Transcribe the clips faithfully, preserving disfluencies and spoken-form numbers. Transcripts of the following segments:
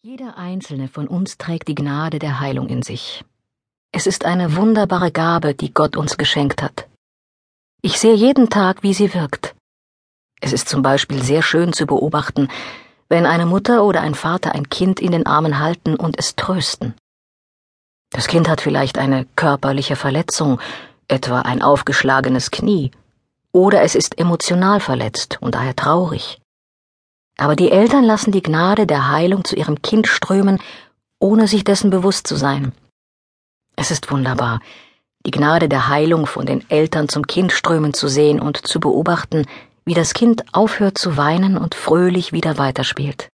Jeder einzelne von uns trägt die Gnade der Heilung in sich. Es ist eine wunderbare Gabe, die Gott uns geschenkt hat. Ich sehe jeden Tag, wie sie wirkt. Es ist zum Beispiel sehr schön zu beobachten, wenn eine Mutter oder ein Vater ein Kind in den Armen halten und es trösten. Das Kind hat vielleicht eine körperliche Verletzung, etwa ein aufgeschlagenes Knie, oder es ist emotional verletzt und daher traurig. Aber die Eltern lassen die Gnade der Heilung zu ihrem Kind strömen, ohne sich dessen bewusst zu sein. Es ist wunderbar, die Gnade der Heilung von den Eltern zum Kind strömen zu sehen und zu beobachten, wie das Kind aufhört zu weinen und fröhlich wieder weiterspielt.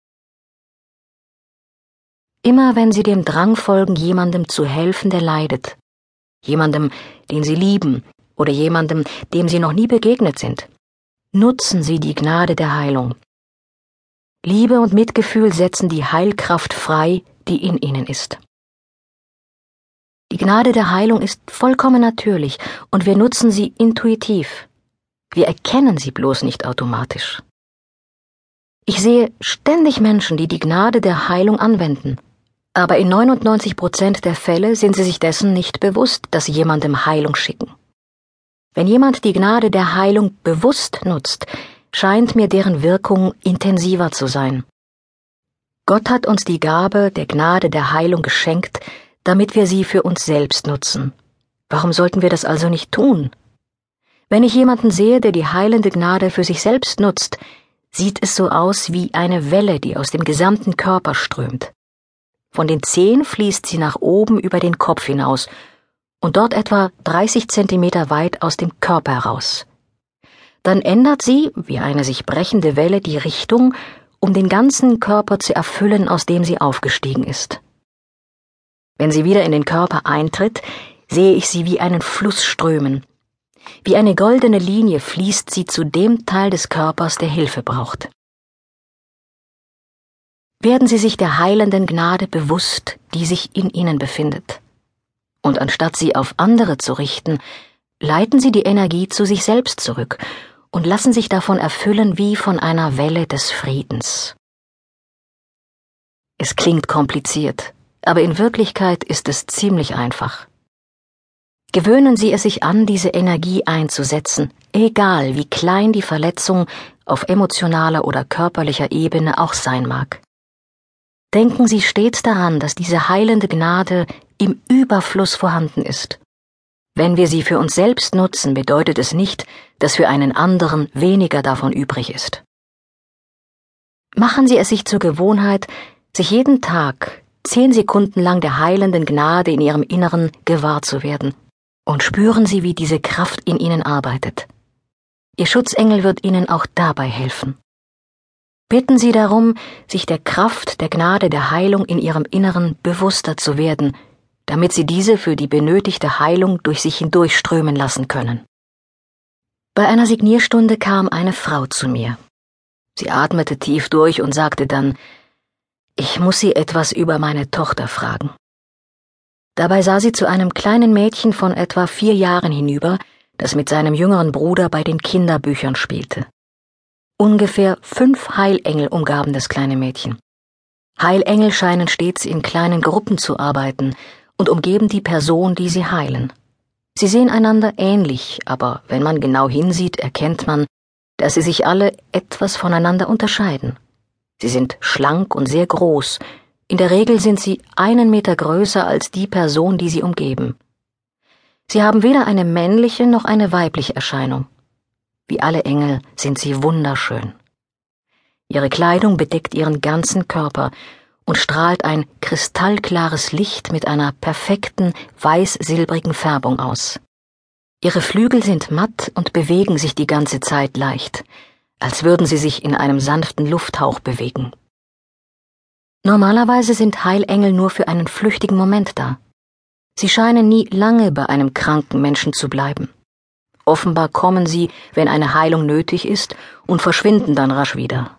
Immer wenn Sie dem Drang folgen, jemandem zu helfen, der leidet, jemandem, den Sie lieben oder jemandem, dem Sie noch nie begegnet sind, nutzen Sie die Gnade der Heilung. Liebe und Mitgefühl setzen die Heilkraft frei, die in ihnen ist. Die Gnade der Heilung ist vollkommen natürlich und wir nutzen sie intuitiv. Wir erkennen sie bloß nicht automatisch. Ich sehe ständig Menschen, die die Gnade der Heilung anwenden, aber in neunundneunzig Prozent der Fälle sind sie sich dessen nicht bewusst, dass sie jemandem Heilung schicken. Wenn jemand die Gnade der Heilung bewusst nutzt, scheint mir deren Wirkung intensiver zu sein. Gott hat uns die Gabe der Gnade der Heilung geschenkt, damit wir sie für uns selbst nutzen. Warum sollten wir das also nicht tun? Wenn ich jemanden sehe, der die heilende Gnade für sich selbst nutzt, sieht es so aus wie eine Welle, die aus dem gesamten Körper strömt. Von den Zehen fließt sie nach oben über den Kopf hinaus und dort etwa dreißig Zentimeter weit aus dem Körper heraus. Dann ändert sie, wie eine sich brechende Welle, die Richtung, um den ganzen Körper zu erfüllen, aus dem sie aufgestiegen ist. Wenn sie wieder in den Körper eintritt, sehe ich sie wie einen Fluss strömen. Wie eine goldene Linie fließt sie zu dem Teil des Körpers, der Hilfe braucht. Werden Sie sich der heilenden Gnade bewusst, die sich in Ihnen befindet. Und anstatt sie auf andere zu richten, leiten Sie die Energie zu sich selbst zurück und lassen sich davon erfüllen wie von einer Welle des Friedens. Es klingt kompliziert, aber in Wirklichkeit ist es ziemlich einfach. Gewöhnen Sie es sich an, diese Energie einzusetzen, egal wie klein die Verletzung auf emotionaler oder körperlicher Ebene auch sein mag. Denken Sie stets daran, dass diese heilende Gnade im Überfluss vorhanden ist. Wenn wir sie für uns selbst nutzen, bedeutet es nicht, dass für einen anderen weniger davon übrig ist. Machen Sie es sich zur Gewohnheit, sich jeden Tag zehn Sekunden lang der heilenden Gnade in Ihrem Inneren gewahr zu werden und spüren Sie, wie diese Kraft in Ihnen arbeitet. Ihr Schutzengel wird Ihnen auch dabei helfen. Bitten Sie darum, sich der Kraft der Gnade der Heilung in Ihrem Inneren bewusster zu werden, damit Sie diese für die benötigte Heilung durch sich hindurchströmen lassen können. Bei einer Signierstunde kam eine Frau zu mir. Sie atmete tief durch und sagte dann, ich muss Sie etwas über meine Tochter fragen. Dabei sah sie zu einem kleinen Mädchen von etwa vier Jahren hinüber, das mit seinem jüngeren Bruder bei den Kinderbüchern spielte. Ungefähr fünf Heilengel umgaben das kleine Mädchen. Heilengel scheinen stets in kleinen Gruppen zu arbeiten und umgeben die Person, die sie heilen. Sie sehen einander ähnlich, aber wenn man genau hinsieht, erkennt man, dass sie sich alle etwas voneinander unterscheiden. Sie sind schlank und sehr groß. In der Regel sind sie einen Meter größer als die Person, die sie umgeben. Sie haben weder eine männliche noch eine weibliche Erscheinung. Wie alle Engel sind sie wunderschön. Ihre Kleidung bedeckt ihren ganzen Körper und strahlt ein kristallklares Licht mit einer perfekten, weiß-silbrigen Färbung aus. Ihre Flügel sind matt und bewegen sich die ganze Zeit leicht, als würden sie sich in einem sanften Lufthauch bewegen. Normalerweise sind Heilengel nur für einen flüchtigen Moment da. Sie scheinen nie lange bei einem kranken Menschen zu bleiben. Offenbar kommen sie, wenn eine Heilung nötig ist, und verschwinden dann rasch wieder.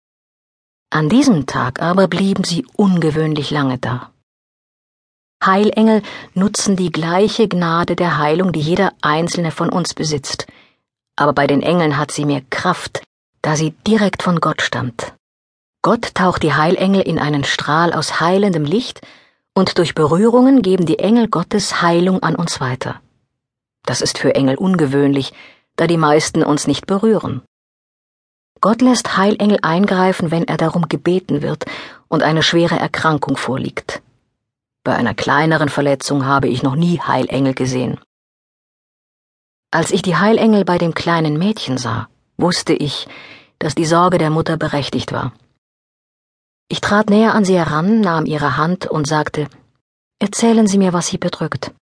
An diesem Tag aber blieben sie ungewöhnlich lange da. Heilengel nutzen die gleiche Gnade der Heilung, die jeder einzelne von uns besitzt. Aber bei den Engeln hat sie mehr Kraft, da sie direkt von Gott stammt. Gott taucht die Heilengel in einen Strahl aus heilendem Licht, und durch Berührungen geben die Engel Gottes Heilung an uns weiter. Das ist für Engel ungewöhnlich, da die meisten uns nicht berühren. Gott lässt Heilengel eingreifen, wenn er darum gebeten wird und eine schwere Erkrankung vorliegt. Bei einer kleineren Verletzung habe ich noch nie Heilengel gesehen. Als ich die Heilengel bei dem kleinen Mädchen sah, wusste ich, dass die Sorge der Mutter berechtigt war. Ich trat näher an sie heran, nahm ihre Hand und sagte: »Erzählen Sie mir, was Sie bedrückt.«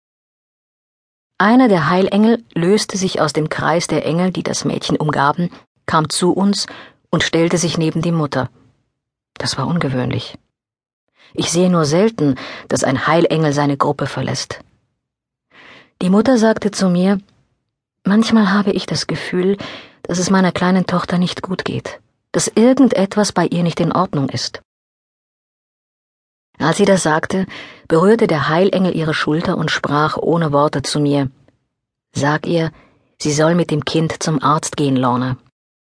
Einer der Heilengel löste sich aus dem Kreis der Engel, die das Mädchen umgaben, kam zu uns und stellte sich neben die Mutter. Das war ungewöhnlich. Ich sehe nur selten, dass ein Heilengel seine Gruppe verlässt. Die Mutter sagte zu mir: »Manchmal habe ich das Gefühl, dass es meiner kleinen Tochter nicht gut geht, dass irgendetwas bei ihr nicht in Ordnung ist.« Als sie das sagte, berührte der Heilengel ihre Schulter und sprach ohne Worte zu mir: »Sag ihr, sie soll mit dem Kind zum Arzt gehen, Lorna.«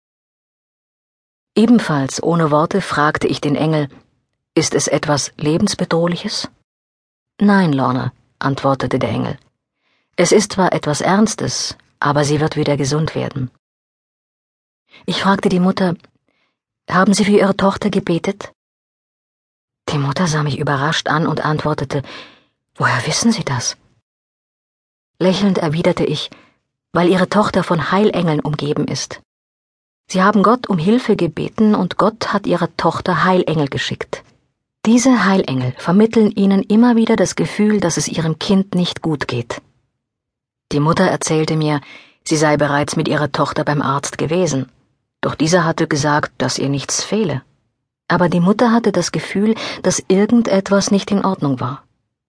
Ebenfalls ohne Worte fragte ich den Engel: »Ist es etwas Lebensbedrohliches?« »Nein, Lorna«, antwortete der Engel. »Es ist zwar etwas Ernstes, aber sie wird wieder gesund werden.« Ich fragte die Mutter: »Haben Sie für Ihre Tochter gebetet?« Die Mutter sah mich überrascht an und antwortete: »Woher wissen Sie das?« Lächelnd erwiderte ich: »Weil Ihre Tochter von Heilengeln umgeben ist. Sie haben Gott um Hilfe gebeten und Gott hat Ihrer Tochter Heilengel geschickt. Diese Heilengel vermitteln Ihnen immer wieder das Gefühl, dass es Ihrem Kind nicht gut geht.« Die Mutter erzählte mir, sie sei bereits mit ihrer Tochter beim Arzt gewesen, doch dieser hatte gesagt, dass ihr nichts fehle. Aber die Mutter hatte das Gefühl, dass irgendetwas nicht in Ordnung war.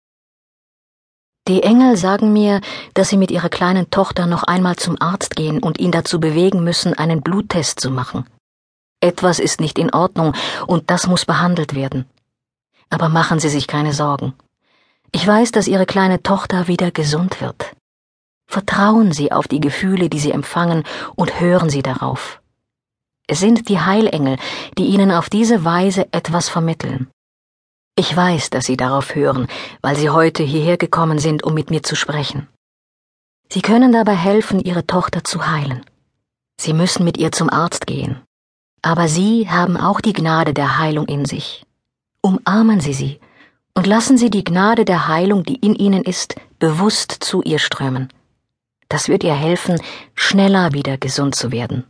Die Engel sagen mir, dass sie mit ihrer kleinen Tochter noch einmal zum Arzt gehen und ihn dazu bewegen müssen, einen Bluttest zu machen. Etwas ist nicht in Ordnung und das muss behandelt werden. Aber machen Sie sich keine Sorgen. Ich weiß, dass Ihre kleine Tochter wieder gesund wird. Vertrauen Sie auf die Gefühle, die Sie empfangen, und hören Sie darauf. Es sind die Heilengel, die Ihnen auf diese Weise etwas vermitteln. Ich weiß, dass Sie darauf hören, weil Sie heute hierher gekommen sind, um mit mir zu sprechen. Sie können dabei helfen, Ihre Tochter zu heilen. Sie müssen mit ihr zum Arzt gehen. Aber Sie haben auch die Gnade der Heilung in sich. Umarmen Sie sie und lassen Sie die Gnade der Heilung, die in Ihnen ist, bewusst zu ihr strömen. Das wird ihr helfen, schneller wieder gesund zu werden.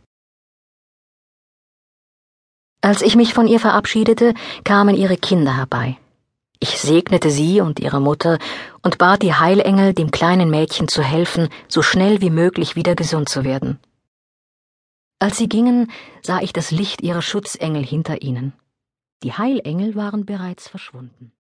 Als ich mich von ihr verabschiedete, kamen ihre Kinder herbei. Ich segnete sie und ihre Mutter und bat die Heilengel, dem kleinen Mädchen zu helfen, so schnell wie möglich wieder gesund zu werden. Als sie gingen, sah ich das Licht ihrer Schutzengel hinter ihnen. Die Heilengel waren bereits verschwunden.